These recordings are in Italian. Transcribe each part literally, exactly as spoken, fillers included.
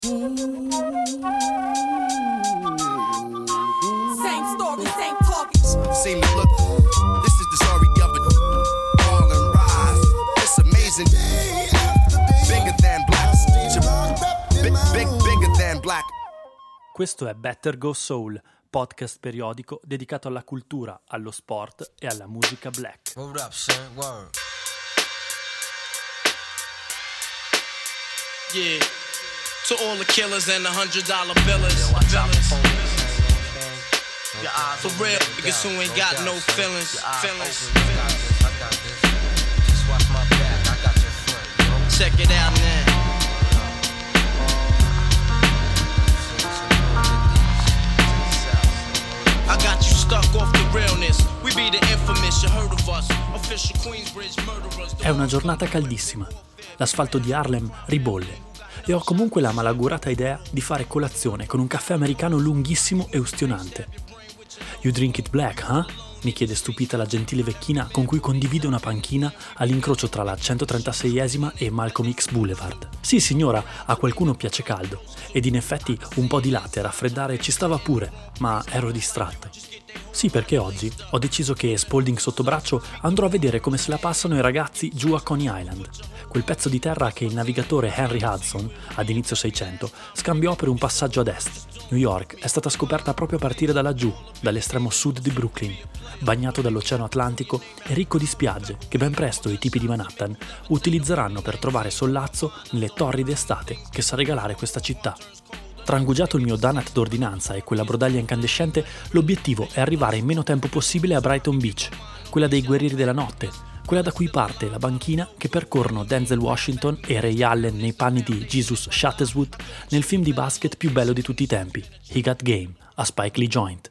Same story, same talking. See me look. This is the story of a fall and rise. It's amazing. Bigger than black. Big, big, bigger than black. Questo è Better Go Soul, podcast periodico dedicato alla cultura, allo sport e alla musica black. Word up, son. Word. Yeah, to all the killers and the hundred dollar billers. For real, niggas who ain't got no feelings. Feelings. Check it out now. I got you stuck off the realness. We be the infamous, you heard of us. Official Queensbridge murderers. È una giornata caldissima. L'asfalto di Harlem ribolle e ho comunque la malaugurata idea di fare colazione con un caffè americano lunghissimo e ustionante. You drink it black, huh? Mi chiede stupita la gentile vecchina con cui condivide una panchina all'incrocio tra la centotrentaseiesima e Malcolm X Boulevard. Sì signora, a qualcuno piace caldo, ed in effetti un po' di latte a raffreddare ci stava pure, ma ero distratto. Sì, perché oggi ho deciso che, Spalding sotto braccio, andrò a vedere come se la passano i ragazzi giù a Coney Island, quel pezzo di terra che il navigatore Henry Hudson, ad inizio Seicento, scambiò per un passaggio ad est. New York è stata scoperta proprio a partire da laggiù, dall'estremo sud di Brooklyn, bagnato dall'Oceano Atlantico e ricco di spiagge che ben presto i tipi di Manhattan utilizzeranno per trovare sollazzo nelle torride estate che sa regalare questa città. Trangugiato il mio donut d'ordinanza e quella brodaglia incandescente, l'obiettivo è arrivare in meno tempo possibile a Brighton Beach, quella dei guerrieri della notte, quella da cui parte la banchina che percorrono Denzel Washington e Ray Allen nei panni di Jesus Chatterwood nel film di basket più bello di tutti i tempi, He Got Game, a Spike Lee Joint.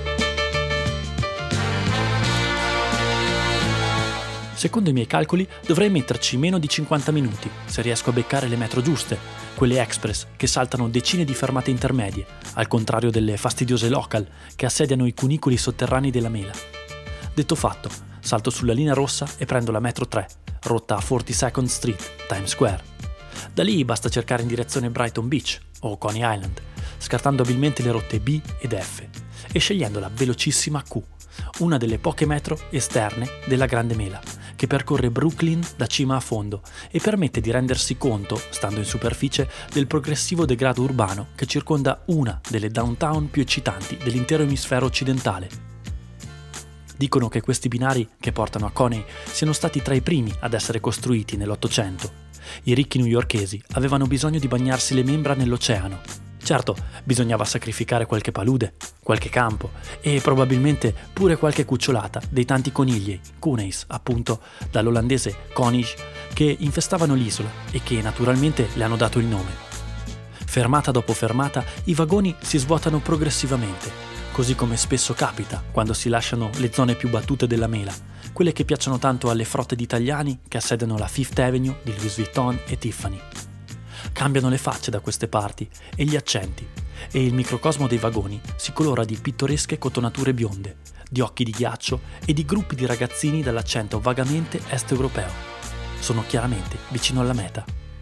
Secondo i miei calcoli dovrei metterci meno di cinquanta minuti, se riesco a beccare le metro giuste, quelle express che saltano decine di fermate intermedie, al contrario delle fastidiose local che assediano i cunicoli sotterranei della mela. Detto fatto, salto sulla linea rossa e prendo la metro tre, rotta a quarantesecond Street, Times Square. Da lì basta cercare in direzione Brighton Beach o Coney Island, scartando abilmente le rotte B ed F e scegliendo la velocissima Q, una delle poche metro esterne della Grande Mela, che percorre Brooklyn da cima a fondo e permette di rendersi conto, stando in superficie, del progressivo degrado urbano che circonda una delle downtown più eccitanti dell'intero emisfero occidentale. Dicono che questi binari che portano a Coney siano stati tra i primi ad essere costruiti nell'Ottocento. I ricchi newyorkesi avevano bisogno di bagnarsi le membra nell'oceano. Certo, bisognava sacrificare qualche palude, qualche campo e probabilmente pure qualche cucciolata dei tanti conigli, kuneis, appunto, dall'olandese Konig, che infestavano l'isola e che naturalmente le hanno dato il nome. Fermata dopo fermata, i vagoni si svuotano progressivamente, così come spesso capita quando si lasciano le zone più battute della mela, quelle che piacciono tanto alle frotte di italiani che assediano la Fifth Avenue di Louis Vuitton e Tiffany. Cambiano le facce da queste parti e gli accenti, e il microcosmo dei vagoni si colora di pittoresche cotonature bionde, di occhi di ghiaccio e di gruppi di ragazzini dall'accento vagamente est-europeo. Sono chiaramente vicino alla meta.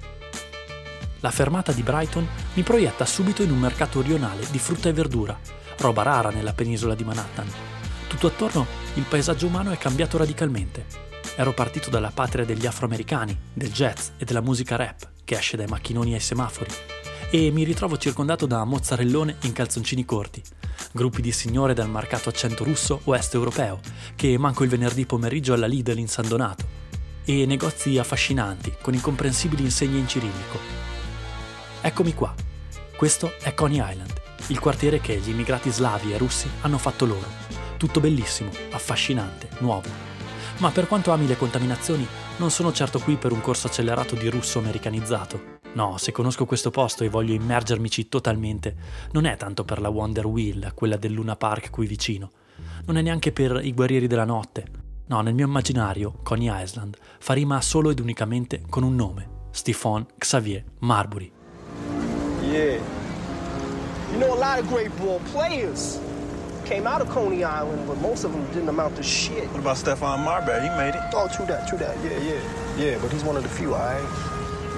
La fermata di Brighton mi proietta subito in un mercato rionale di frutta e verdura, roba rara nella penisola di Manhattan. Tutto attorno il paesaggio umano è cambiato radicalmente. Ero partito dalla patria degli afroamericani, del jazz e della musica rap, che esce dai macchinoni ai semafori, e mi ritrovo circondato da mozzarellone in calzoncini corti, gruppi di signore dal marcato accento russo o est-europeo, che manco il venerdì pomeriggio alla Lidl in San Donato, e negozi affascinanti con incomprensibili insegne in cirillico. Eccomi qua. Questo è Coney Island, il quartiere che gli immigrati slavi e russi hanno fatto loro. Tutto bellissimo, affascinante, nuovo. Ma per quanto ami le contaminazioni, non sono certo qui per un corso accelerato di russo americanizzato. No, se conosco questo posto e voglio immergermici totalmente, non è tanto per la Wonder Wheel, quella del Luna Park qui vicino. Non è neanche per i guerrieri della notte. No, nel mio immaginario, Coney Island fa rima solo ed unicamente con un nome: Stephon Xavier Marbury. Yeah. You know, a lot of great ball players came out of Coney Island, but most of them didn't amount to shit. What about Stephon Marbury? He made it. Oh, true that, true that. Yeah, yeah. Yeah, but he's one of the few, all right?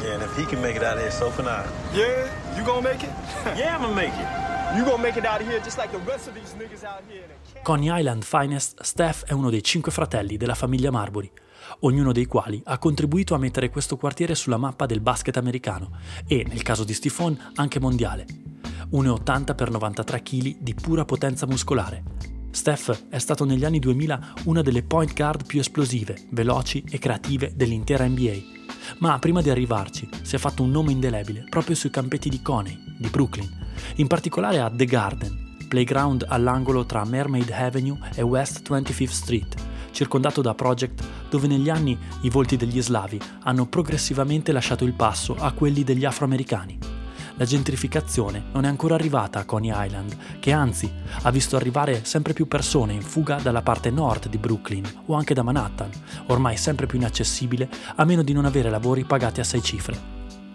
Yeah, and if he can make it out of here, so can I. Yeah? You gonna make it? Yeah, I'm gonna make it. You gonna make it out of here just like the rest of these niggas out here. Coney Island Finest, Steph è uno dei cinque fratelli della famiglia Marbury, ognuno dei quali ha contribuito a mettere questo quartiere sulla mappa del basket americano e, nel caso di Stephon, anche mondiale. uno virgola ottanta per novantatré chili di pura potenza muscolare. Steph è stato negli anni duemila una delle point guard più esplosive, veloci e creative dell'intera N B A. Ma prima di arrivarci si è fatto un nome indelebile proprio sui campetti di Coney, di Brooklyn, in particolare a The Garden, playground all'angolo tra Mermaid Avenue e West twenty-fifth Street, circondato da project dove negli anni i volti degli slavi hanno progressivamente lasciato il passo a quelli degli afroamericani. La gentrificazione non è ancora arrivata a Coney Island, che anzi ha visto arrivare sempre più persone in fuga dalla parte nord di Brooklyn o anche da Manhattan, ormai sempre più inaccessibile a meno di non avere lavori pagati a sei cifre.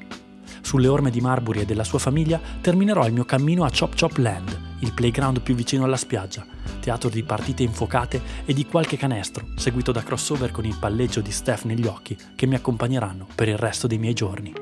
Sulle orme di Marbury e della sua famiglia terminerò il mio cammino a Chop Chop Land, il playground più vicino alla spiaggia, teatro di partite infuocate e di qualche canestro, seguito da crossover con il palleggio di Steph negli occhi che mi accompagneranno per il resto dei miei giorni.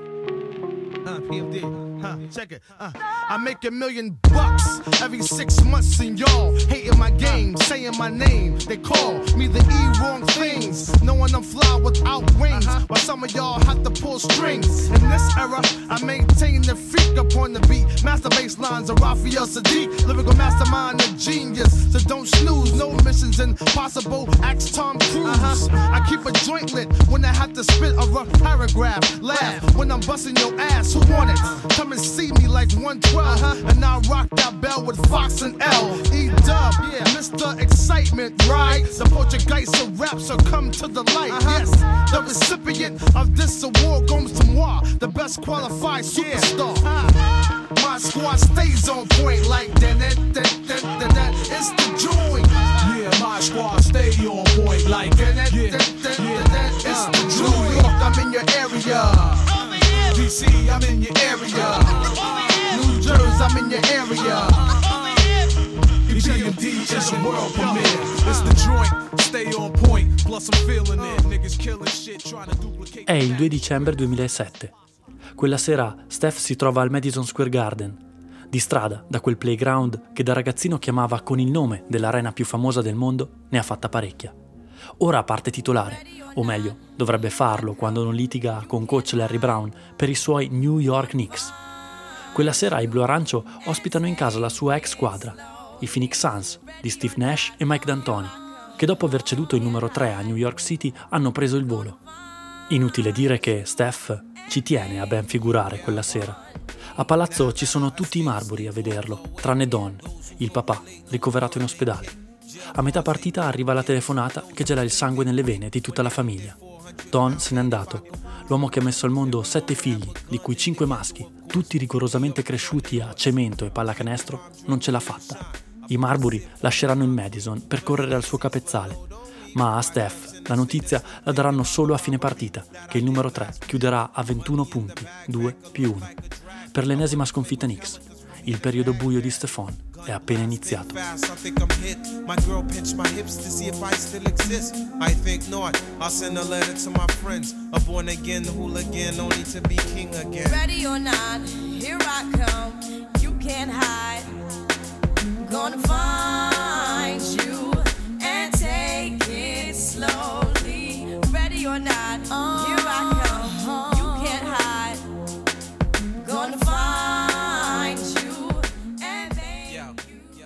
Uh, P M D, huh, check it. Uh, I make a million bucks every six months, and y'all hating my game, saying my name. They call me the E wrong things, knowing I'm fly without wings. Uh-huh. While some of y'all have to pull strings. In this era, I maintain the freak upon the beat. Master bass lines of Raphael Sadiq, lyrical mastermind, a genius. So don't snooze, no missions impossible. Axe Tom Cruise. Uh-huh. I keep a joint lit when I have to spit a rough paragraph. Laugh when I'm busting your ass. Who want it? Come and see me like one twelve, uh-huh. And I rock that bell with Fox and L. E-Dub, yeah. Mister Excitement, right? The Portuguese of rap, so come to the light. Uh-huh. Yes, the recipient of this award goes to moi, the best qualified superstar. Yeah. Uh, my squad stays on point like that, that, that, that, that, that. It's the joint. Yeah, my squad stay on point like that, that, yeah. that, that, Yeah. that, that. It's Uh, the New joint. York, I'm in your area. D C, I'm in your area. New Jersey, I'm in your area. P M D is a world premiere. It's the joint, stay on point. Plus I'm feeling it. Niggas killing shit, trying to duplicate. È il due dicembre duemilasette. Quella sera Steph si trova al Madison Square Garden, di strada da quel playground che da ragazzino chiamava con il nome dell'arena più famosa del mondo, ne ha fatta parecchia. Ora parte titolare, o meglio, dovrebbe farlo quando non litiga con coach Larry Brown per i suoi New York Knicks. Quella sera i blu-arancio ospitano in casa la sua ex squadra, i Phoenix Suns di Steve Nash e Mike D'Antoni, che dopo aver ceduto il numero tre a New York City hanno preso il volo. Inutile dire che Steph ci tiene a ben figurare quella sera. A palazzo ci sono tutti i Marbury a vederlo, tranne Don, il papà, ricoverato in ospedale. A metà partita arriva la telefonata che gela il sangue nelle vene di tutta la famiglia. Don se n'è andato, l'uomo che ha messo al mondo sette figli, di cui cinque maschi, tutti rigorosamente cresciuti a cemento e pallacanestro, non ce l'ha fatta. I Marbury lasceranno il Madison per correre al suo capezzale, ma a Steph la notizia la daranno solo a fine partita, che il numero tre chiuderà a ventuno punti, due più uno. Per l'ennesima sconfitta Knicks, il periodo buio di Stephon è appena iniziato. Fast, I think I'm hit. My girl pinched my hips to see if I still exist. I think not. I'll send a letter to my friends. A born again hooligan, only to be king again. Ready or not, here I come. You can't hide. Gonna find you and take it slowly. Ready or not, here I come. You can't hide. Gonna find you and make you.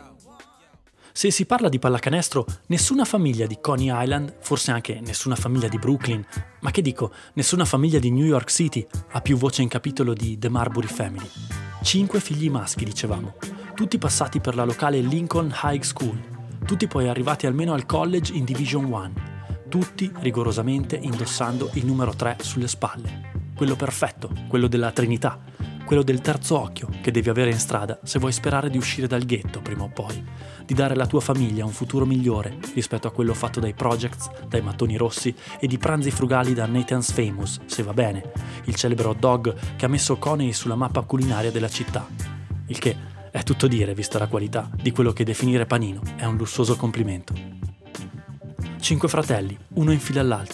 Se si parla di pallacanestro, nessuna famiglia di Coney Island, forse anche nessuna famiglia di Brooklyn, ma che dico, nessuna famiglia di New York City ha più voce in capitolo di The Marbury Family. Cinque figli maschi, dicevamo, tutti passati per la locale Lincoln High School, tutti poi arrivati almeno al college in Division uno, tutti rigorosamente indossando il numero tre sulle spalle. Quello perfetto, quello della Trinità, quello del terzo occhio che devi avere in strada se vuoi sperare di uscire dal ghetto prima o poi, di dare alla tua famiglia un futuro migliore rispetto a quello fatto dai projects, dai mattoni rossi e di pranzi frugali da Nathan's Famous, se va bene, il celebre hot dog che ha messo Coney sulla mappa culinaria della città. Il che è tutto dire vista la qualità di quello che definire panino è un lussuoso complimento. Cinque fratelli, uno in fila all'altro,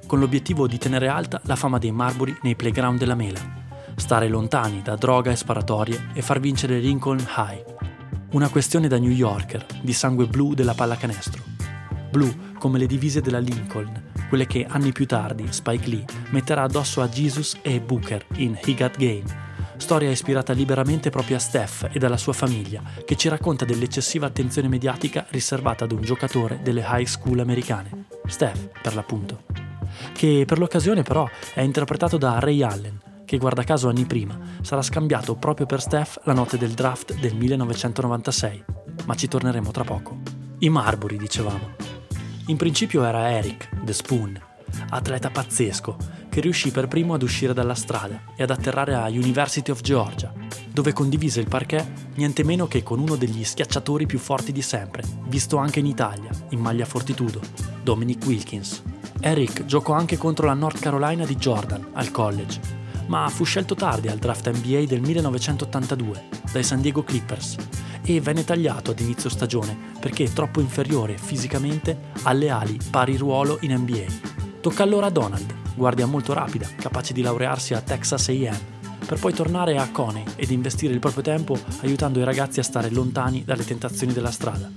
con l'obiettivo di tenere alta la fama dei Marbury nei playground della mela, stare lontani da droga e sparatorie e far vincere Lincoln High. Una questione da New Yorker, di sangue blu della pallacanestro. Blu come le divise della Lincoln, quelle che anni più tardi Spike Lee metterà addosso a Jesus e Booker in He Got Game, storia ispirata liberamente proprio a Steph e alla sua famiglia, che ci racconta dell'eccessiva attenzione mediatica riservata ad un giocatore delle high school americane, Steph per l'appunto, che per l'occasione però è interpretato da Ray Allen, che guarda caso anni prima sarà scambiato proprio per Steph la notte del draft del millenovecentonovantasei, ma ci torneremo tra poco. I Marbury, dicevamo. In principio era Eric, The Spoon, atleta pazzesco, che riuscì per primo ad uscire dalla strada e ad atterrare a University of Georgia, dove condivise il parquet niente meno che con uno degli schiacciatori più forti di sempre, visto anche in Italia, in maglia fortitudo, Dominic Wilkins. Eric giocò anche contro la North Carolina di Jordan al college, ma fu scelto tardi al draft N B A del millenovecentottantadue dai San Diego Clippers e venne tagliato ad inizio stagione perché troppo inferiore fisicamente alle ali pari ruolo in N B A. Tocca allora a Donald, guardia molto rapida, capace di laurearsi a Texas A and M, per poi tornare a Coney ed investire il proprio tempo aiutando i ragazzi a stare lontani dalle tentazioni della strada.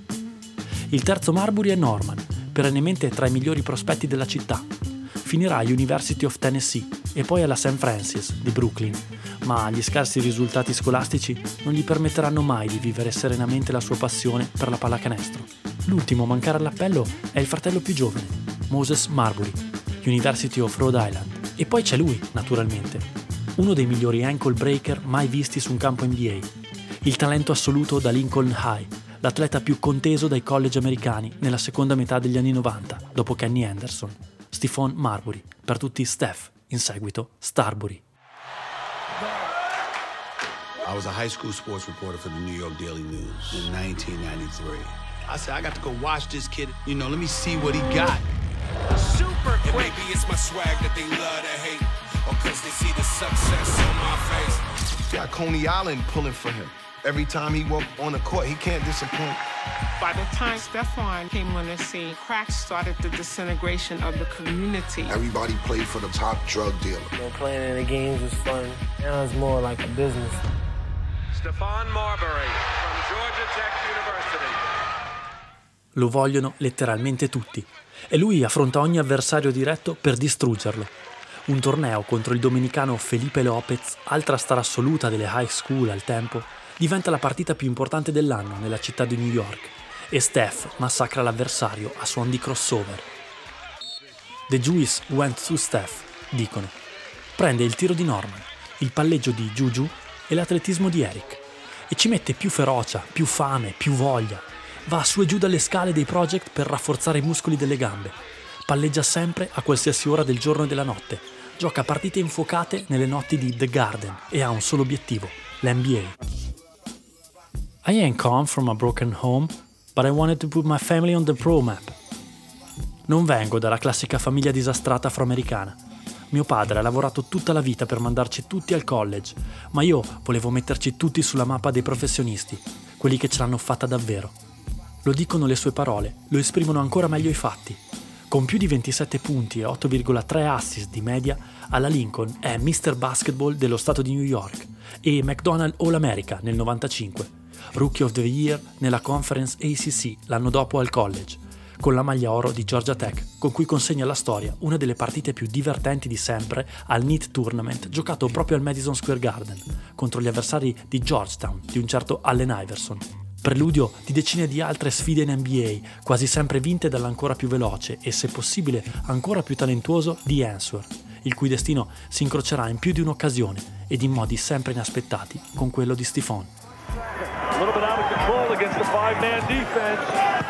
Il terzo Marbury è Norman, perennemente tra i migliori prospetti della città. Finirà a University of Tennessee e poi alla Saint Francis di Brooklyn, ma gli scarsi risultati scolastici non gli permetteranno mai di vivere serenamente la sua passione per la pallacanestro. L'ultimo a mancare all'appello è il fratello più giovane, Moses Marbury, University of Rhode Island. E poi c'è lui, naturalmente, uno dei migliori ankle breaker mai visti su un campo N B A, il talento assoluto da Lincoln High, l'atleta più conteso dai college americani nella seconda metà degli anni novanta, dopo Kenny Anderson, Stephon Marbury, per tutti Steph, in seguito Starbury. I was a high school sports reporter for the New York Daily News in nineteen ninety-three. I said, I got to go watch this kid, you know, let me see what he got. Super quick. And maybe it's my swag that they love to hate, or cause they see the success on my face. Got Coney Island pulling for him. Every time he walked on the court, he can't disappoint. By the time Stephon came on the scene, crack started the disintegration of the community. Everybody played for the top drug dealer. You know, playing in the games was fun. Now it's more like a business. Stephon Marbury from Georgia Tech University. Lo vogliono letteralmente tutti, e lui affronta ogni avversario diretto per distruggerlo. Un torneo contro il dominicano Felipe Lopez, altra star assoluta delle high school al tempo, diventa la partita più importante dell'anno nella città di New York, e Steph massacra l'avversario a suon di crossover. The Juice went to Steph, dicono. Prende il tiro di Norman, il palleggio di Juju e l'atletismo di Eric, e ci mette più ferocia, più fame, più voglia. Va su e giù dalle scale dei project per rafforzare i muscoli delle gambe. Palleggia sempre a qualsiasi ora del giorno e della notte. Gioca partite infuocate nelle notti di The Garden e ha un solo obiettivo, l'N B A. I ain't come from a broken home, but I wanted to put my family on the pro map. Non vengo dalla classica famiglia disastrata afroamericana. Mio padre ha lavorato tutta la vita per mandarci tutti al college, ma io volevo metterci tutti sulla mappa dei professionisti, quelli che ce l'hanno fatta davvero. Lo dicono le sue parole, lo esprimono ancora meglio i fatti. Con più di ventisette punti e otto virgola tre assist di media, alla Lincoln è mister Basketball dello stato di New York e McDonald All-America nel novantacinque, Rookie of the Year nella Conference A C C l'anno dopo al college, con la maglia oro di Georgia Tech, con cui consegna alla storia una delle partite più divertenti di sempre al N I T Tournament giocato proprio al Madison Square Garden, contro gli avversari di Georgetown di un certo Allen Iverson. Preludio di decine di altre sfide in N B A, quasi sempre vinte dall'ancora più veloce e, se possibile, ancora più talentuoso The Answer, il cui destino si incrocerà in più di un'occasione ed in modi sempre inaspettati con quello di Stephon. A little bit out of control against the five-man defense.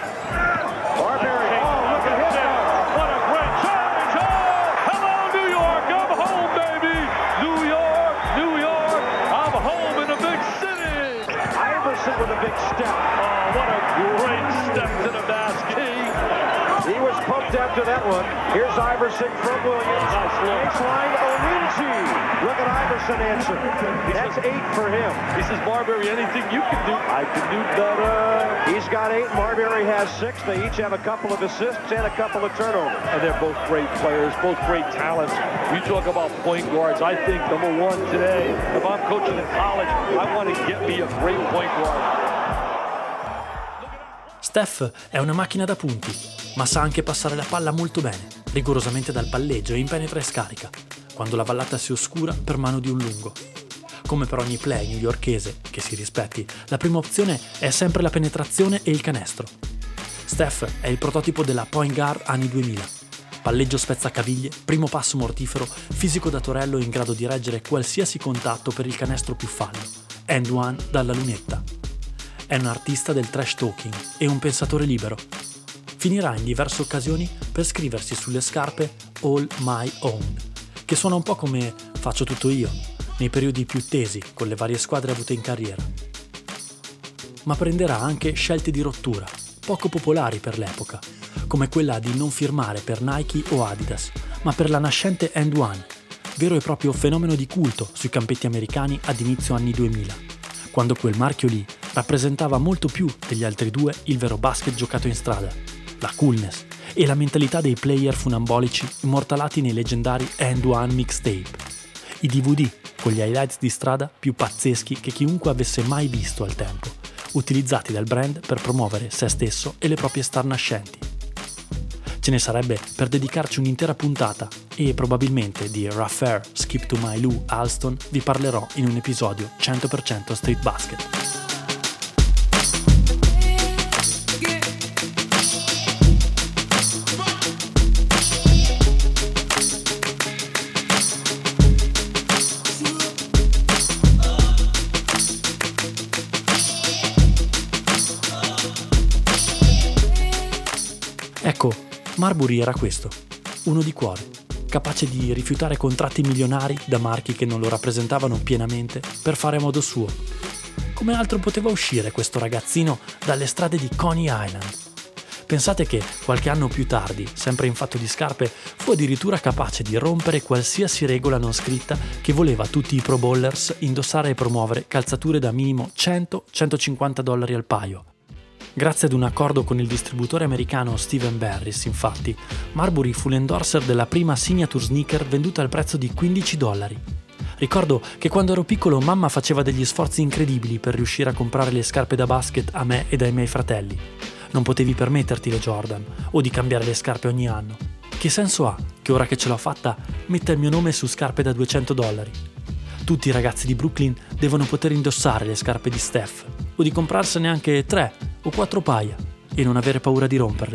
Marbury, oh, look at him. What a great challenge. Oh, hello, New York. I'm home, baby. New York, New York. I'm home in the big city. Iverson with a big step. Oh, what a great step to the basket. He was pumped after that one. Here's Iverson from Williams. Nice look. Baseline, easy. Look at Iverson answer. That's eight for him. He says, Marbury, anything you can do, I can do better. He's got eight. Marbury has six. They each have a couple of assists and a couple of turnovers. And they're both great players, both great talents. You talk about point guards. I think number one today, if I'm coaching in college, I want to get me a great point guard. Steph è una macchina da punti, ma sa anche passare la palla molto bene, rigorosamente dal palleggio e in penetra e scarica, quando la vallata si oscura per mano di un lungo. Come per ogni play newyorkese, che si rispetti, la prima opzione è sempre la penetrazione e il canestro. Steph è il prototipo della point guard anni duemila. Palleggio spezzacaviglie, primo passo mortifero, fisico da torello in grado di reggere qualsiasi contatto per il canestro più fallo. End one dalla lunetta. È un artista del trash talking e un pensatore libero. Finirà in diverse occasioni per scriversi sulle scarpe All My Own, che suona un po' come faccio tutto io, nei periodi più tesi con le varie squadre avute in carriera. Ma prenderà anche scelte di rottura, poco popolari per l'epoca, come quella di non firmare per Nike o Adidas, ma per la nascente End One, vero e proprio fenomeno di culto sui campetti americani ad inizio anni duemila, quando quel marchio lì rappresentava molto più degli altri due il vero basket giocato in strada, la coolness e la mentalità dei player funambolici immortalati nei leggendari End One mixtape, i D V D con gli highlights di strada più pazzeschi che chiunque avesse mai visto al tempo, utilizzati dal brand per promuovere se stesso e le proprie star nascenti. Ce ne sarebbe per dedicarci un'intera puntata e probabilmente di Rough Air, Skip to My Lou, Alston vi parlerò in un episodio cento per cento Street Basket. Ecco, Marbury era questo, uno di cuore, capace di rifiutare contratti milionari da marchi che non lo rappresentavano pienamente per fare a modo suo. Come altro poteva uscire questo ragazzino dalle strade di Coney Island? Pensate che qualche anno più tardi, sempre in fatto di scarpe, fu addirittura capace di rompere qualsiasi regola non scritta che voleva tutti i pro bowlers indossare e promuovere calzature da minimo cento centocinquanta dollari al paio. Grazie ad un accordo con il distributore americano Steven Barris, infatti, Marbury fu l'endorser della prima signature sneaker venduta al prezzo di quindici dollari. Ricordo che quando ero piccolo mamma faceva degli sforzi incredibili per riuscire a comprare le scarpe da basket a me e ai miei fratelli. Non potevi permetterti le Jordan o di cambiare le scarpe ogni anno. Che senso ha che ora che ce l'ho fatta metta il mio nome su scarpe da duecento dollari? Tutti i ragazzi di Brooklyn devono poter indossare le scarpe di Steph o di comprarsene anche tre o quattro paia e non avere paura di romperle.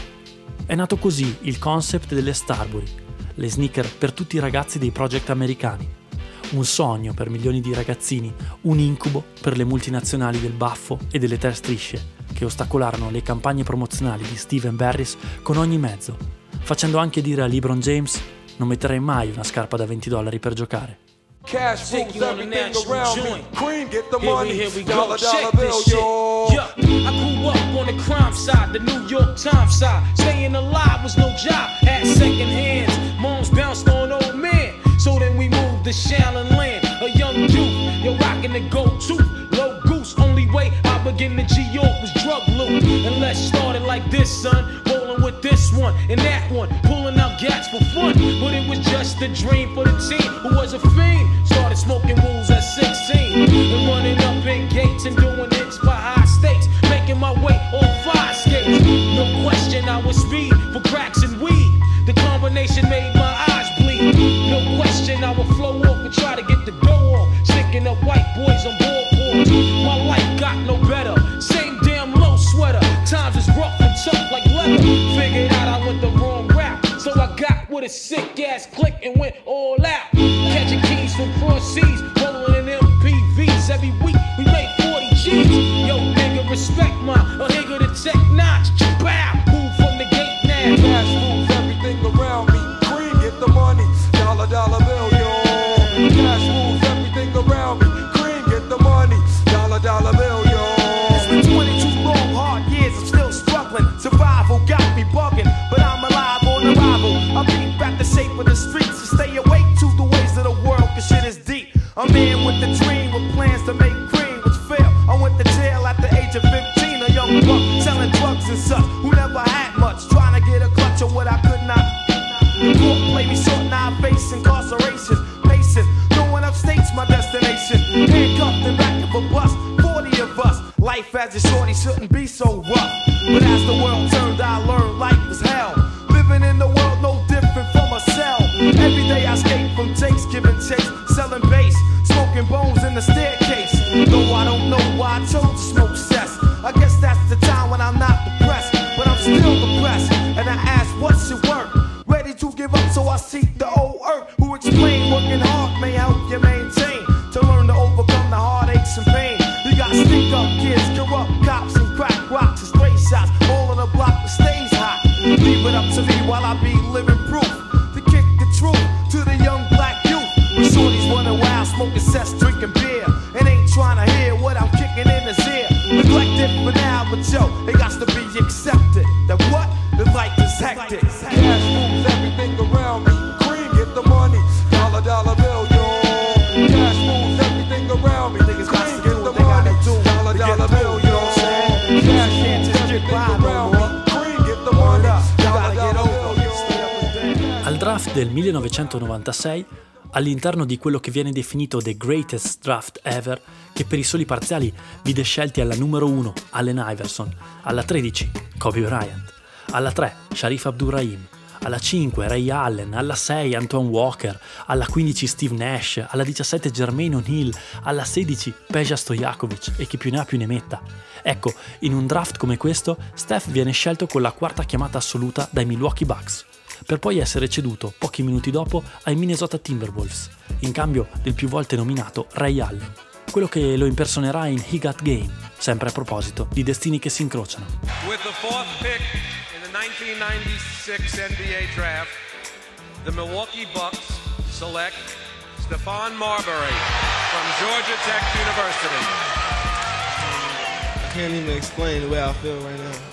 È nato così il concept delle Starbury, le sneaker per tutti i ragazzi dei project americani. Un sogno per milioni di ragazzini, un incubo per le multinazionali del baffo e delle tre strisce che ostacolarono le campagne promozionali di Steven Barris con ogni mezzo, facendo anche dire a LeBron James: non metterei mai una scarpa da venti dollari per giocare. Cash rules everything around me. Cream, get the money. Here we, here we go. Dollar, dollar bill, yo. Yeah, I grew up on the crime side, the New York Times side. Staying alive was no job. Had second hands. Moms bounced on old men. So then we moved to Shaolin Land. A young youth, you're rocking the go-to. Low goose, only way I began to G-York was drug loot. And let's start it like this, son. Rolling with this one and that one. Pulling out gats for fun. But it was just a dream for the team who was a fiend. Started smoking rules at sixteen. And running up in gates and doing hits by high stakes. Making my way on fire skates. No question I was speed for cracks and weed. The combination made my eyes bleed. No question I would flow off and try to get the dough off. Sticking up white boys on ballboards. My life got no better. Same damn low sweater. Times is rough and tough like leather. Figured out I went the wrong route. So I got with a sick ass click and went all out. Catching keys from cross seas. Rolling in M P Vs. Every week we made forty G's. Yo, nigga, respect my a nigga to tech notch. Bow. Move from the gate now. Cash rules everything around me. Cream, get the money. Dollar, dollar bill, yo. Cash rules everything around me. Cream, get the money. Dollar, dollar bill, yo. It's been twenty-two long hard years. I'm still struggling. Survival got me bugging, but I'm alive on arrival. I beat back the shape of the streets to stay awake to the way I went to jail at the age of fifteen, a young buck selling drugs and such, who never had much, trying to get a clutch of what I could not. The court played me short, now I face incarceration, pacing, knowing upstate's my destination. Handcuffed in back of a bus, forty of us. Life as a shorty shouldn't be so rough, but as the world turned, I learned life was hell. Living in the world no different from a cell. Every day I escape from takes, giving chase, selling bass, smoking bones in the staircase. Though I don't know why I chose to smoke cess. I guess that's the time when I'm not depressed, but I'm still depressed. And I ask, what's your work? Ready to give up, so I seek the old earth, who explain working hard may help you maintain, to learn to overcome the heartaches and pain. You got stick up kids, corrupt cops and crack rocks and stray shots, all on the block that stays hot. Leave it up to me while I be living proof to kick the truth to the young black youth. When shorties running wild, smoking cess, drinking beer, and ain't trying to hear what I'm kicking in his ear. Neglected for now, but yo, it got to be accepted that what? The life is hectic. Cash moves everything around me. Cream, get the money. Dollar, dollar bill, yo. Cash moves everything around me. Cream, get the money. Dollar, dollar bill, yo. Cash moves everything around me. Cream, get the money. Dollar, dollar bill, yo. Al draft del millenovecentonovantasei, all'interno di quello che viene definito The Greatest Draft Ever, che per i soli parziali vide scelti alla numero uno Allen Iverson, alla tredici Kobe Bryant, alla tre Sharif Abdul-Rahim, alla cinque Ray Allen, alla sei Antoine Walker, alla quindici Steve Nash, alla diciassette Jermaine O'Neal, alla sedici Peja Stojakovic e chi più ne ha più ne metta. Ecco, in un draft come questo, Steph viene scelto con la quarta chiamata assoluta dai Milwaukee Bucks, per poi essere ceduto pochi minuti dopo ai Minnesota Timberwolves, in cambio del più volte nominato Ray Allen, quello che lo impersonerà in He Got Game, sempre a proposito di destini che si incrociano. With the fourth pick in the nineteen ninety-six N B A draft, the Milwaukee Bucks select Stephon Marbury from Georgia Tech University. I can't even explain the way I feel right now.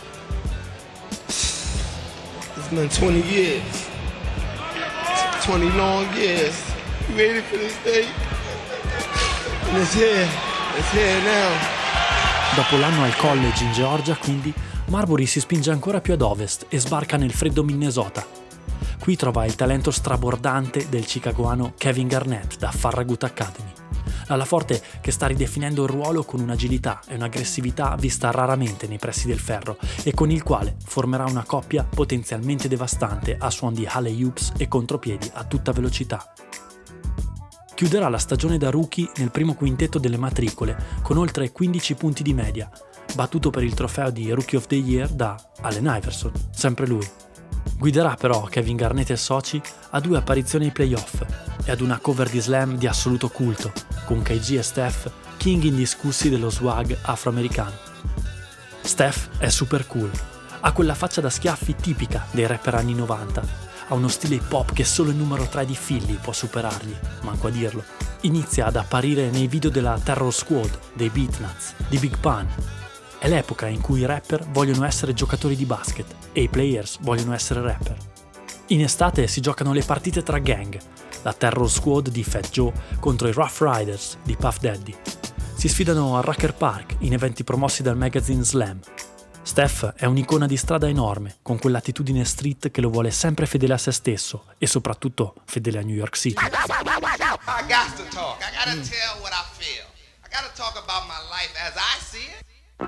It's been twenty years. twenty long years. You ready for this day? And it's here. It's here now. Dopo l'anno al college in Georgia, quindi, Marbury si spinge ancora più ad ovest e sbarca nel freddo Minnesota. Qui trova il talento strabordante del chicagoano Kevin Garnett da Farragut Academy. Alla forte che sta ridefinendo il ruolo con un'agilità e un'aggressività vista raramente nei pressi del ferro e con il quale formerà una coppia potenzialmente devastante a suon di alley-oops e contropiedi a tutta velocità. Chiuderà la stagione da rookie nel primo quintetto delle matricole con oltre quindici punti di media, battuto per il trofeo di Rookie of the Year da Allen Iverson, sempre lui. Guiderà però Kevin Garnett e soci a due apparizioni ai playoff e ad una cover di slam di assoluto culto, con K G e Steph, king indiscussi dello swag afroamericano. Steph è super cool, ha quella faccia da schiaffi tipica dei rapper anni novanta, ha uno stile hip hop che solo il numero tre di Philly può superargli, manco a dirlo. Inizia ad apparire nei video della Terror Squad, dei Beatnuts, di Big Pun. È l'epoca in cui i rapper vogliono essere giocatori di basket e i players vogliono essere rapper. In estate si giocano le partite tra gang, la Terror Squad di Fat Joe contro i Rough Riders di Puff Daddy. Si sfidano al Rucker Park in eventi promossi dal magazine Slam. Steph è un'icona di strada enorme, con quell'attitudine street che lo vuole sempre fedele a se stesso e soprattutto fedele a New York City. I got to talk. I gotta tell what I feel. I gotta talk about my life as I see it.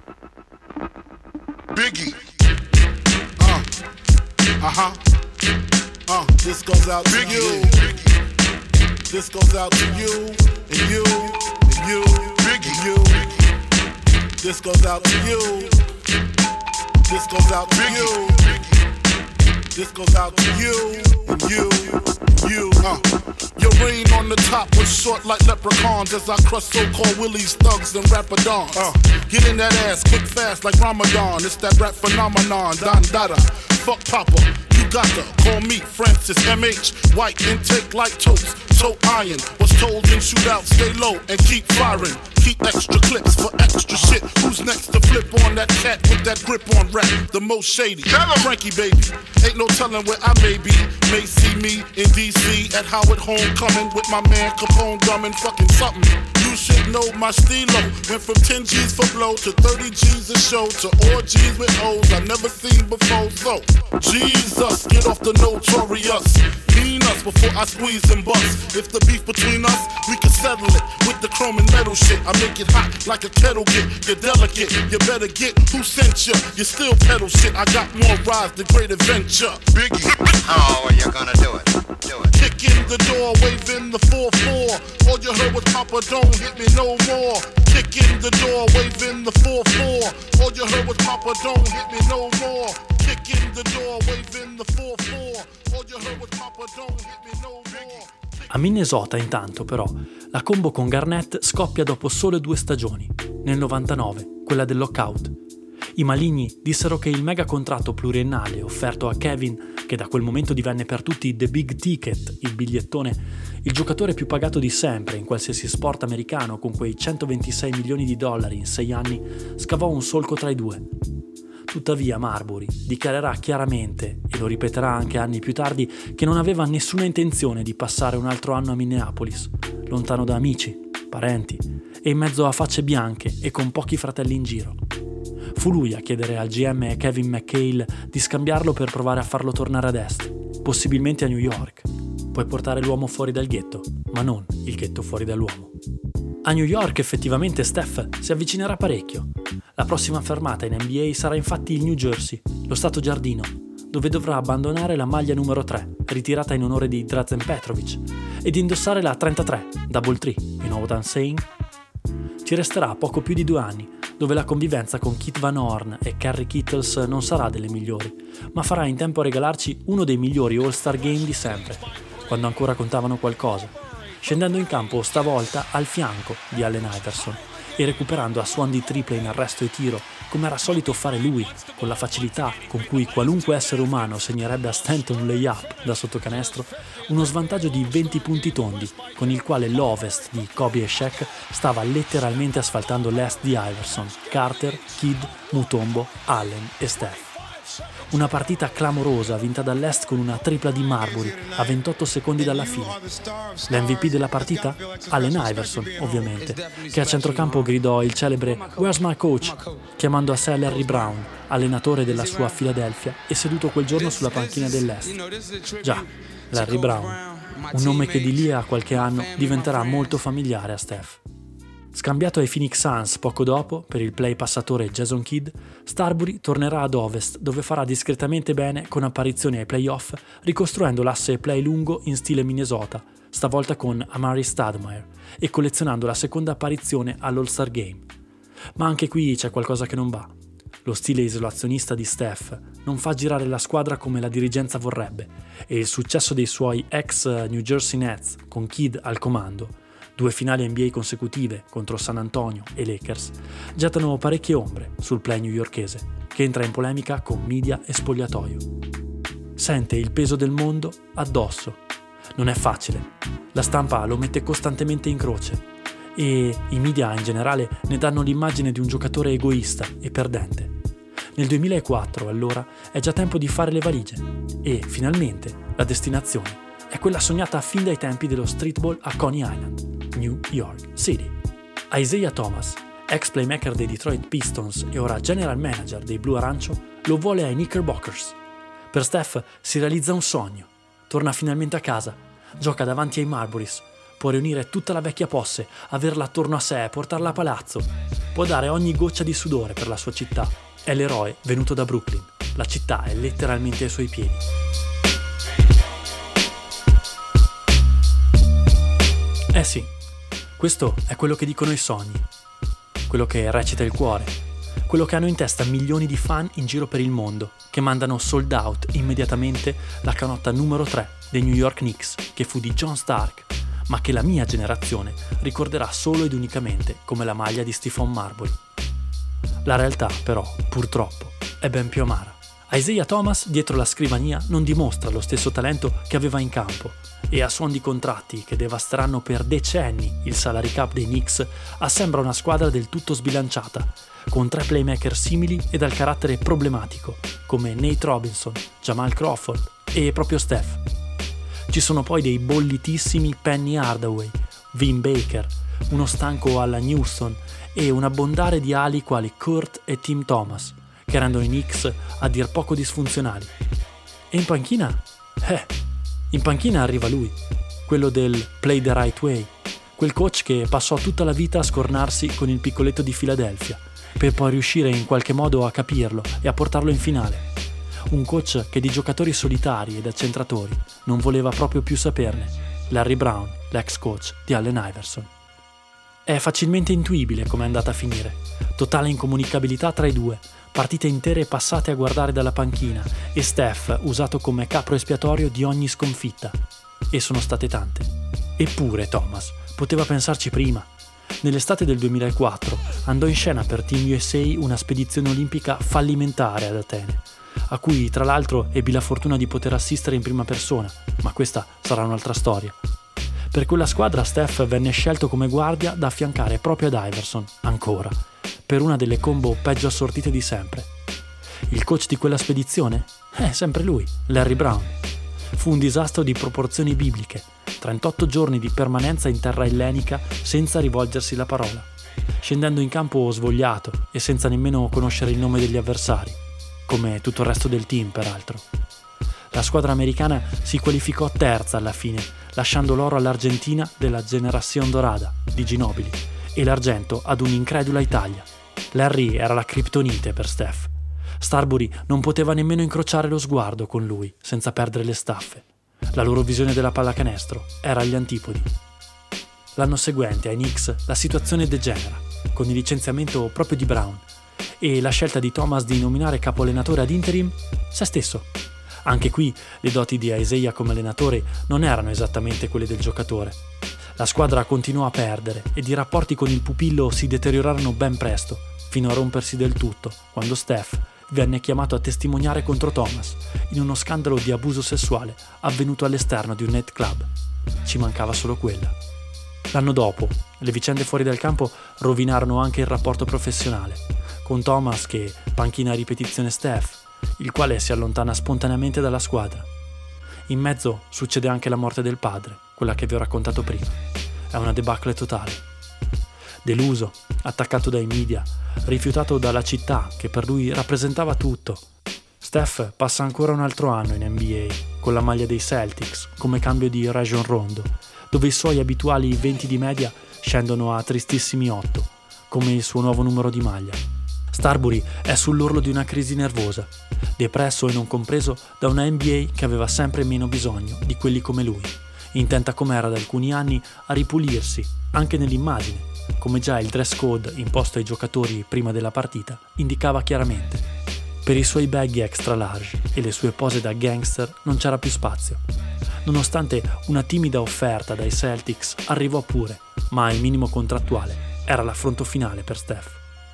Biggie. Uh. Uh-huh. Uh, this goes out to Biggie. You. This goes out to you and you and you Biggie. And you. This goes out to you. This goes out to Biggie. You. This goes out to you and you and you. Uh. Your reign on the top was short like leprechauns as I crush so-called willies, thugs, and rapadons. Uh, get in that ass quick fast like Ramadan. It's that rap phenomenon, Don Dada. Fuck Papa, you got to call me Francis M H. White intake like toast, toe iron. Was told in shootout, stay low and keep firing. Keep extra clips for extra shit. Who's next to flip on that cat with that grip on rap? The most shady. Frankie baby, ain't no telling where I may be. May see me in D C at Howard Homecoming with my man Capone drumming fucking something. You should know my stilo. Went from ten G's for blow to thirty G's a show to all G's with O's I never seen before. So, Jesus, get off the notorious. Mean us before I squeeze and bust. If the beef between us, we can settle it with the chrome and metal shit. I make it hot like a kettle get. You're delicate, you better get who sent you. You still pedal shit. I got more rides than Great Adventure. Biggie, how are you gonna do it? Do it. Kick in the door, waving the four four. All you heard was Papa, don't hit me no more. Kick in the door, waving the four four. All you heard was Papa, don't hit me no more. Kick in the door, waving the four four. All you heard was Papa, don't hit me no more. A Minnesota, intanto, però, la combo con Garnett scoppia dopo sole due stagioni, nel novantanove, quella del lockout. I maligni dissero che il mega contratto pluriennale offerto a Kevin, che da quel momento divenne per tutti The Big Ticket, il bigliettone, il giocatore più pagato di sempre in qualsiasi sport americano con quei centoventisei milioni di dollari in sei anni, scavò un solco tra i due. Tuttavia Marbury dichiarerà chiaramente, e lo ripeterà anche anni più tardi, che non aveva nessuna intenzione di passare un altro anno a Minneapolis, lontano da amici, parenti e in mezzo a facce bianche e con pochi fratelli in giro. Fu lui a chiedere al G M Kevin McHale di scambiarlo per provare a farlo tornare ad est, possibilmente a New York. Puoi portare l'uomo fuori dal ghetto, ma non il ghetto fuori dall'uomo. A New York effettivamente Steph si avvicinerà parecchio. La prossima fermata in N B A sarà infatti il New Jersey, lo stato giardino, dove dovrà abbandonare la maglia numero tre, ritirata in onore di Drazen Petrovic, ed indossare la trentatré, Double Tree, you know what I'm saying? Ci resterà poco più di due anni, dove la convivenza con Keith Van Horn e Kerry Kittles non sarà delle migliori, ma farà in tempo a regalarci uno dei migliori All-Star Game di sempre, quando ancora contavano qualcosa, scendendo in campo stavolta al fianco di Allen Iverson e recuperando a suon di triple in arresto e tiro, come era solito fare lui, con la facilità con cui qualunque essere umano segnerebbe a Stanton un layup da sotto canestro, uno svantaggio di venti punti tondi, con il quale l'Ovest di Kobe e Shaq stava letteralmente asfaltando l'Est di Iverson, Carter, Kidd, Mutombo, Allen e Steph. Una partita clamorosa vinta dall'Est con una tripla di Marbury a ventotto secondi dalla fine. L'M V P della partita? Allen Iverson, ovviamente, che a centrocampo gridò il celebre "Where's my coach?", chiamando a sé Larry Brown, allenatore della sua Philadelphia e seduto quel giorno sulla panchina dell'Est. Già, Larry Brown, un nome che di lì a qualche anno diventerà molto familiare a Steph. Scambiato ai Phoenix Suns poco dopo per il play passatore Jason Kidd, Starbury tornerà ad Ovest dove farà discretamente bene con apparizioni ai playoff, ricostruendo l'asse play lungo in stile Minnesota, stavolta con Amari Stoudemire, e collezionando la seconda apparizione all'All-Star Game. Ma anche qui c'è qualcosa che non va. Lo stile isolazionista di Steph non fa girare la squadra come la dirigenza vorrebbe, e il successo dei suoi ex New Jersey Nets con Kidd al comando, due finali N B A consecutive contro San Antonio e Lakers, gettano parecchie ombre sul play newyorkese, che entra in polemica con media e spogliatoio. Sente il peso del mondo addosso. Non è facile. La stampa lo mette costantemente in croce e i media in generale ne danno l'immagine di un giocatore egoista e perdente. Nel duemilaquattro, allora, è già tempo di fare le valigie e, finalmente, la destinazione è quella sognata fin dai tempi dello streetball a Coney Island, New York City. Isaiah Thomas, ex playmaker dei Detroit Pistons e ora general manager dei Blu Arancio, lo vuole ai Knickerbockers. Per Steph si realizza un sogno. Torna finalmente a casa, gioca davanti ai Marburys, può riunire tutta la vecchia posse, averla attorno a sé, portarla a palazzo. Può dare ogni goccia di sudore per la sua città. È l'eroe venuto da Brooklyn. La città è letteralmente ai suoi piedi. Eh sì, questo è quello che dicono i sogni, quello che recita il cuore, quello che hanno in testa milioni di fan in giro per il mondo, che mandano sold out immediatamente la canotta numero tre dei New York Knicks, che fu di John Stark, ma che la mia generazione ricorderà solo ed unicamente come la maglia di Stephon Marbury. La realtà, però, purtroppo, è ben più amara. Isaiah Thomas, dietro la scrivania, non dimostra lo stesso talento che aveva in campo, e a suon di contratti che devasteranno per decenni il salary cap dei Knicks, assembra una squadra del tutto sbilanciata, con tre playmaker simili e dal carattere problematico, come Nate Robinson, Jamal Crawford e proprio Steph. Ci sono poi dei bollitissimi Penny Hardaway, Vin Baker, uno stanco alla Newson e un abbondare di ali quali Kurt e Tim Thomas, che rendono i Knicks a dir poco disfunzionali. E in panchina? Eh, in panchina arriva lui, quello del play the right way, quel coach che passò tutta la vita a scornarsi con il piccoletto di Philadelphia, per poi riuscire in qualche modo a capirlo e a portarlo in finale. Un coach che di giocatori solitari ed accentratori non voleva proprio più saperne, Larry Brown, l'ex coach di Allen Iverson. È facilmente intuibile come è andata a finire. Totale incomunicabilità tra i due, partite intere passate a guardare dalla panchina e Steph usato come capro espiatorio di ogni sconfitta. E sono state tante. Eppure Thomas poteva pensarci prima. Nell'estate del duemilaquattro andò in scena per Team U S A una spedizione olimpica fallimentare ad Atene, a cui tra l'altro ebbi la fortuna di poter assistere in prima persona, ma questa sarà un'altra storia. Per quella squadra Steph venne scelto come guardia da affiancare proprio ad Iverson, ancora, per una delle combo peggio assortite di sempre. Il coach di quella spedizione? Eh, sempre lui, Larry Brown. Fu un disastro di proporzioni bibliche, trentotto giorni di permanenza in terra ellenica senza rivolgersi la parola, scendendo in campo svogliato e senza nemmeno conoscere il nome degli avversari, come tutto il resto del team peraltro. La squadra americana si qualificò terza alla fine, lasciando l'oro all'Argentina della Generación Dorada di Ginobili e l'argento ad un'incredula Italia. Larry era la criptonite per Steph. Starbury non poteva nemmeno incrociare lo sguardo con lui senza perdere le staffe. La loro visione della pallacanestro era agli antipodi. L'anno seguente ai Knicks la situazione degenera, con il licenziamento proprio di Brown e la scelta di Thomas di nominare capo allenatore ad interim se stesso. Anche qui le doti di Isaiah come allenatore non erano esattamente quelle del giocatore. La squadra continuò a perdere ed i rapporti con il pupillo si deteriorarono ben presto, fino a rompersi del tutto, quando Steph venne chiamato a testimoniare contro Thomas in uno scandalo di abuso sessuale avvenuto all'esterno di un nightclub. Ci mancava solo quella. L'anno dopo, le vicende fuori dal campo rovinarono anche il rapporto professionale, con Thomas che panchina a ripetizione Steph, il quale si allontana spontaneamente dalla squadra. In mezzo succede anche la morte del padre, quella che vi ho raccontato prima. È una debacle totale. Deluso, attaccato dai media, rifiutato dalla città che per lui rappresentava tutto, Steph passa ancora un altro anno in N B A con la maglia dei Celtics come cambio di Rajon Rondo, dove i suoi abituali venti di media scendono a tristissimi otto, come il suo nuovo numero di maglia. Starbury è sull'orlo di una crisi nervosa, depresso e non compreso da una N B A che aveva sempre meno bisogno di quelli come lui, intenta com'era da alcuni anni a ripulirsi, anche nell'immagine, come già il dress code imposto ai giocatori prima della partita indicava chiaramente. Per i suoi baggy extra large e le sue pose da gangster non c'era più spazio. Nonostante una timida offerta dai Celtics arrivò pure, ma il minimo contrattuale era l'affronto finale per Steph.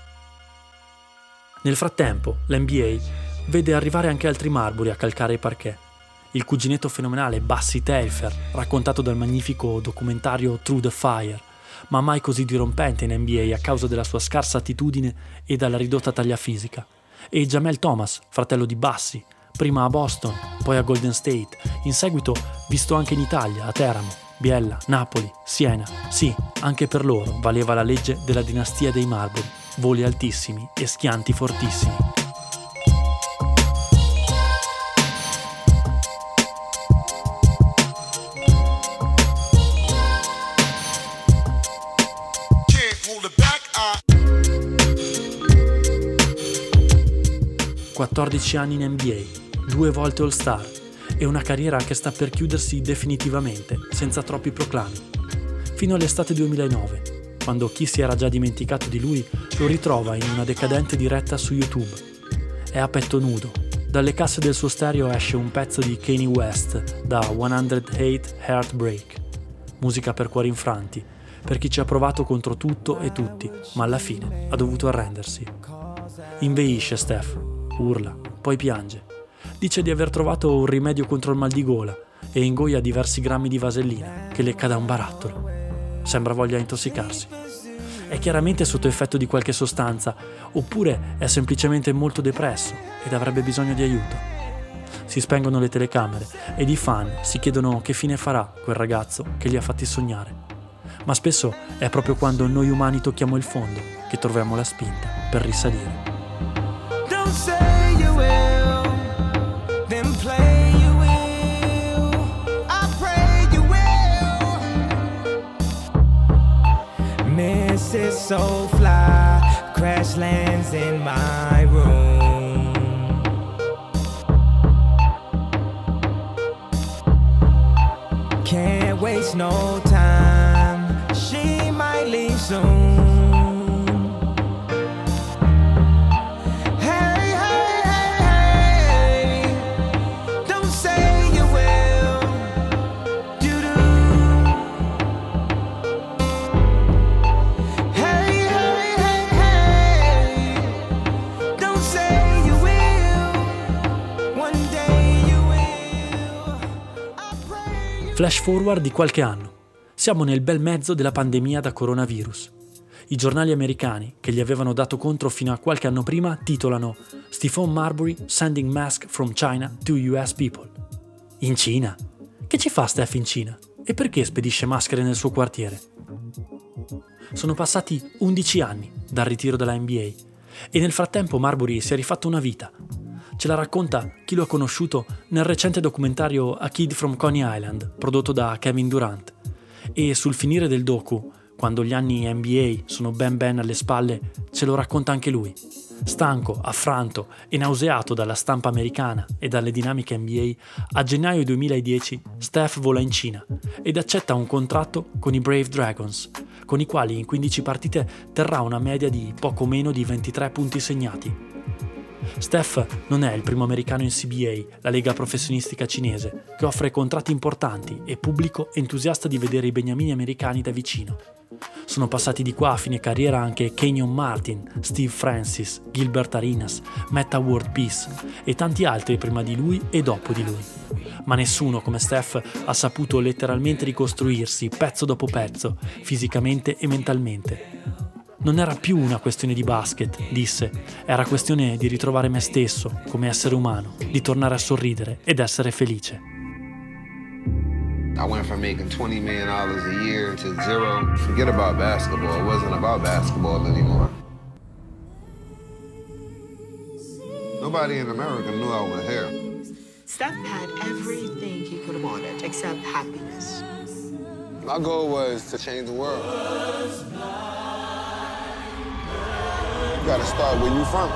Nel frattempo, l'N B A vede arrivare anche altri Marbury a calcare i parquet. Il cuginetto fenomenale Bassi Telfair, raccontato dal magnifico documentario Through the Fire, ma mai così dirompente in N B A a causa della sua scarsa attitudine e dalla ridotta taglia fisica. E Jamel Thomas, fratello di Bassi, prima a Boston, poi a Golden State, in seguito visto anche in Italia, a Teramo, Biella, Napoli, Siena. Sì, anche per loro valeva la legge della dinastia dei Marbury, voli altissimi e schianti fortissimi. quattordici anni in N B A, due volte All-Star e una carriera che sta per chiudersi definitivamente, senza troppi proclami. Fino all'estate duemilanove, quando chi si era già dimenticato di lui lo ritrova in una decadente diretta su YouTube. È a petto nudo. Dalle casse del suo stereo esce un pezzo di Kanye West da centootto Heartbreak, musica per cuori infranti, per chi ci ha provato contro tutto e tutti, ma alla fine ha dovuto arrendersi. Inveisce Steph, urla, poi piange. Dice di aver trovato un rimedio contro il mal di gola e ingoia diversi grammi di vasellina che lecca da un barattolo. Sembra voglia intossicarsi. È chiaramente sotto effetto di qualche sostanza, oppure è semplicemente molto depresso ed avrebbe bisogno di aiuto. Si spengono le telecamere ed i fan si chiedono che fine farà quel ragazzo che li ha fatti sognare. ma spesso è proprio quando noi umani tocchiamo il fondo che troviamo la spinta per risalire. Don't say you will, then play you will. I pray you will. Missus Soulfly crash lands in my room. Can't waste no time, she might leave soon. Hey, hey, hey, hey, don't say you will. Do-do. Hey, hey, hey, hey, don't say you will. One day you will. Flash forward di qualche anno. Siamo nel bel mezzo della pandemia da coronavirus. I giornali americani, che gli avevano dato contro fino a qualche anno prima, titolano Stephon Marbury sending mask from China to U S people. In Cina? Che ci fa Steph in Cina? E perché spedisce maschere nel suo quartiere? Sono passati undici anni dal ritiro dalla N B A e nel frattempo Marbury si è rifatto una vita. Ce la racconta chi lo ha conosciuto nel recente documentario A Kid from Coney Island, prodotto da Kevin Durant. E sul finire del docu, quando gli anni N B A sono ben ben alle spalle, ce lo racconta anche lui. Stanco, affranto e nauseato dalla stampa americana e dalle dinamiche N B A, a gennaio duemiladieci Steph vola in Cina ed accetta un contratto con i Brave Dragons, con i quali in quindici partite terrà una media di poco meno di ventitré punti segnati. Steph non è il primo americano in C B A, la lega professionistica cinese, che offre contratti importanti e pubblico entusiasta di vedere i beniamini americani da vicino. Sono passati di qua a fine carriera anche Kenyon Martin, Steve Francis, Gilbert Arenas, Metta World Peace e tanti altri prima di lui e dopo di lui. Ma nessuno come Steph ha saputo letteralmente ricostruirsi pezzo dopo pezzo, fisicamente e mentalmente. Non era più una questione di basket, disse, era questione di ritrovare me stesso come essere umano, di tornare a sorridere ed essere felice. I went from making twenty million dollars a year to zero. Forget about basketball. It wasn't about basketball anymore. Nobody in America knew I was here. Steph had everything he could have wanted except happiness. My goal was to change the world. You gotta start where you from.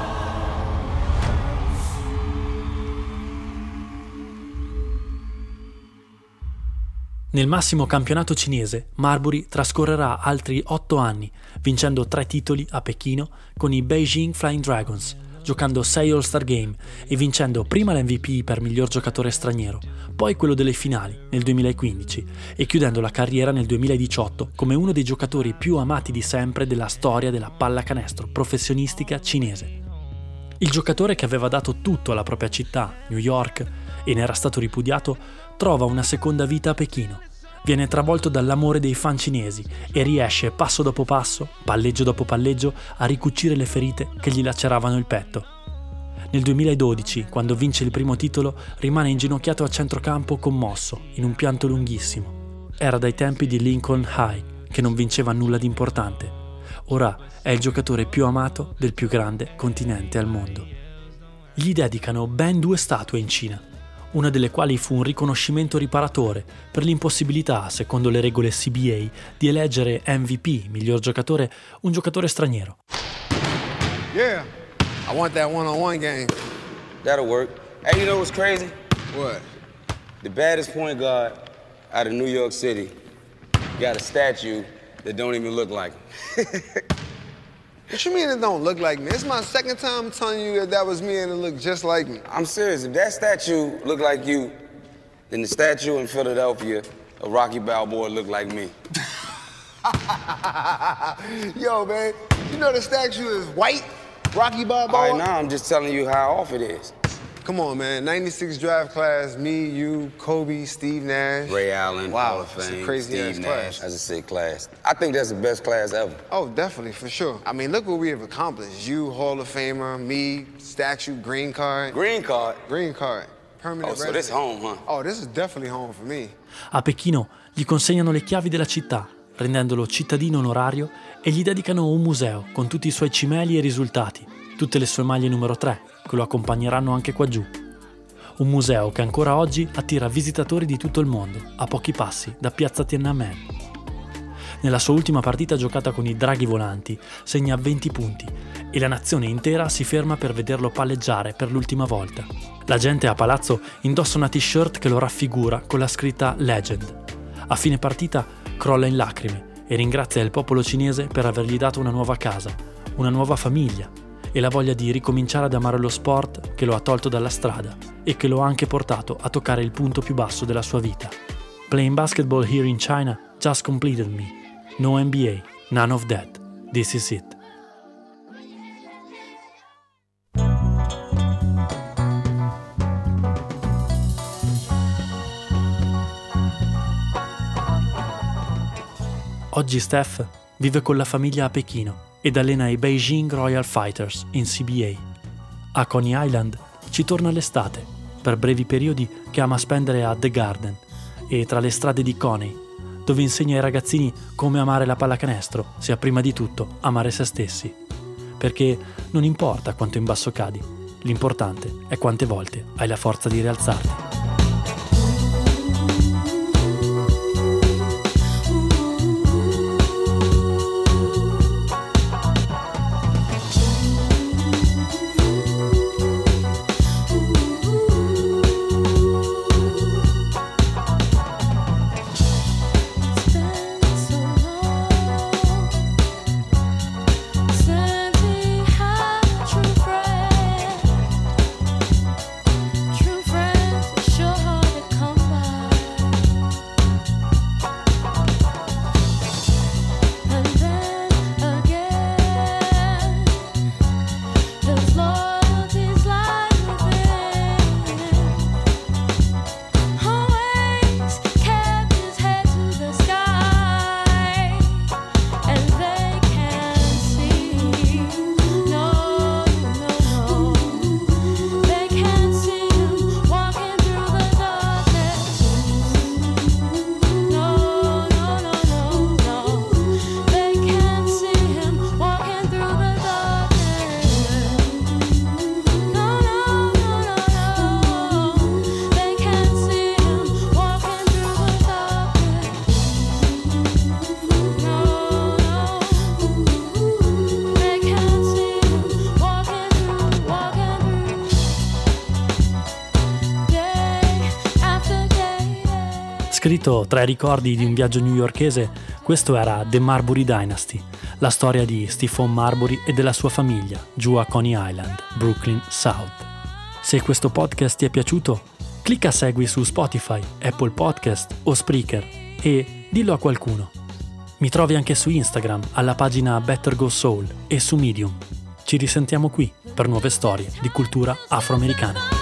Nel massimo campionato cinese, Marbury trascorrerà altri otto anni, vincendo tre titoli a Pechino con i Beijing Flying Dragons, giocando sei All-Star Game e vincendo prima l'M V P per miglior giocatore straniero, poi quello delle finali nel duemilaquindici e chiudendo la carriera nel duemiladiciotto come uno dei giocatori più amati di sempre della storia della pallacanestro professionistica cinese. Il giocatore che aveva dato tutto alla propria città, New York, e ne era stato ripudiato, trova una seconda vita a Pechino. Viene travolto dall'amore dei fan cinesi e riesce passo dopo passo, palleggio dopo palleggio, a ricucire le ferite che gli laceravano il petto. Nel duemiladodici, quando vince il primo titolo, rimane inginocchiato a centrocampo commosso, in un pianto lunghissimo. Era dai tempi di Lincoln High, che non vinceva nulla di importante. Ora è il giocatore più amato del più grande continente al mondo. Gli dedicano ben due statue in Cina, una delle quali fu un riconoscimento riparatore per l'impossibilità, secondo le regole C B A, di eleggere M V P, miglior giocatore, un giocatore straniero. Yeah, I want that one-on-one game. That'll work. Hey, you know what's crazy? What? The baddest point guard out of New York City got a statue that don't even look like him. What you mean it don't look like me? It's my second time telling you that that was me and it looked just like me. I'm serious. If that statue looked like you, then the statue in Philadelphia of Rocky Balboa looked like me. Yo, man, you know the statue is white, Rocky Balboa? All right, now I'm just telling you how off it is. Come on, man. ninety-six draft class, me, you, Kobe, Steve Nash. Ray Allen, wow, Hall of Fame, crazy Steve ass Nash. class. That's a sick class. I think that's the best class ever. Oh, definitely, for sure. I mean, look what we have accomplished. You, Hall of Famer, me, statue, green card. Green card? Green card. Permanent Oh, so resident. this home, huh? Oh, this is definitely home for me. A Pechino gli consegnano le chiavi della città rendendolo cittadino onorario e gli dedicano un museo con tutti i suoi cimeli e risultati, tutte le sue maglie numero tre, che lo accompagneranno anche qua giù. Un museo che ancora oggi attira visitatori di tutto il mondo, a pochi passi da Piazza Tiananmen. Nella sua ultima partita giocata con i Draghi Volanti segna venti punti e la nazione intera si ferma per vederlo palleggiare per l'ultima volta. La gente a palazzo indossa una t-shirt che lo raffigura con la scritta Legend. A fine partita crolla in lacrime e ringrazia il popolo cinese per avergli dato una nuova casa, una nuova famiglia e la voglia di ricominciare ad amare lo sport che lo ha tolto dalla strada e che lo ha anche portato a toccare il punto più basso della sua vita. Playing basketball here in China just completed me. No N B A, none of that. This is it. Oggi Steph vive con la famiglia a Pechino ed allena i Beijing Royal Fighters in C B A. A Coney Island ci torna l'estate, per brevi periodi che ama spendere a The Garden e tra le strade di Coney, dove insegna ai ragazzini come amare la pallacanestro, sia prima di tutto amare se stessi. Perché non importa quanto in basso cadi, l'importante è quante volte hai la forza di rialzarti. Scritto tra i ricordi di un viaggio newyorkese, questo era The Marbury Dynasty, la storia di Stephon Marbury e della sua famiglia, giù a Coney Island, Brooklyn South. Se questo podcast ti è piaciuto, clicca segui su Spotify, Apple Podcast o Spreaker e dillo a qualcuno. Mi trovi anche su Instagram alla pagina Better Go Soul e su Medium. Ci risentiamo qui per nuove storie di cultura afroamericana.